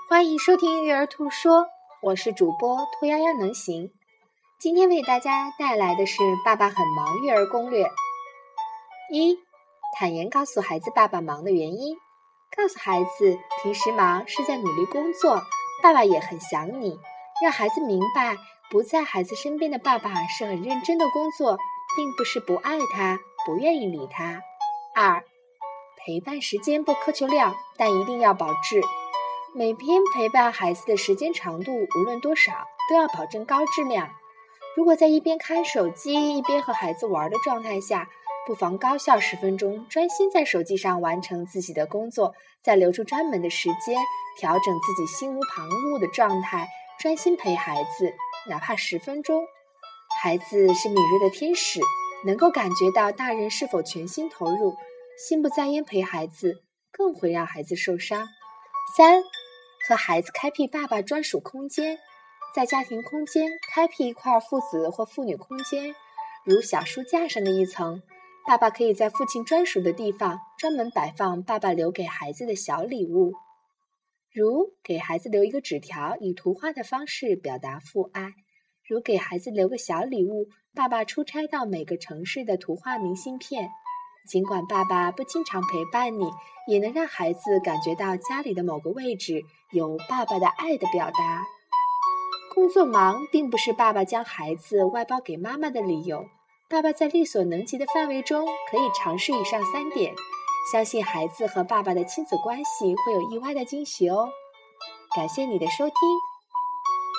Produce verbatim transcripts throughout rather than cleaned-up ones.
欢迎收听育儿兔说，我是主播兔丫丫能行。今天为大家带来的是爸爸很忙育儿攻略。一、坦言告诉孩子爸爸忙的原因，告诉孩子平时忙是在努力工作，爸爸也很想你，让孩子明白不在孩子身边的爸爸是很认真的工作，并不是不爱他，不愿意理他。二、陪伴时间不苛求量，但一定要保质。每天陪伴孩子的时间长度无论多少，都要保证高质量。如果在一边看手机一边和孩子玩的状态下，不妨高效十分钟，专心在手机上完成自己的工作，再留出专门的时间，调整自己心无旁骛的状态，专心陪孩子，哪怕十分钟。孩子是敏锐的天使，能够感觉到大人是否全心投入，心不在焉陪孩子，更会让孩子受伤。三、和孩子开辟爸爸专属空间，在家庭空间开辟一块父子或父女空间，如小书架上的一层，爸爸可以在父亲专属的地方专门摆放爸爸留给孩子的小礼物，如给孩子留一个纸条，以图画的方式表达父爱，如给孩子留个小礼物，爸爸出差到每个城市的图画明信片。尽管爸爸不经常陪伴你，也能让孩子感觉到家里的某个位置有爸爸的爱的表达。工作忙并不是爸爸将孩子外包给妈妈的理由，爸爸在力所能及的范围中可以尝试以上三点，相信孩子和爸爸的亲子关系会有意外的惊喜哦。感谢你的收听。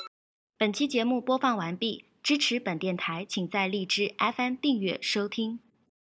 本期节目播放完毕，支持本电台请在荔枝 F M 订阅收听。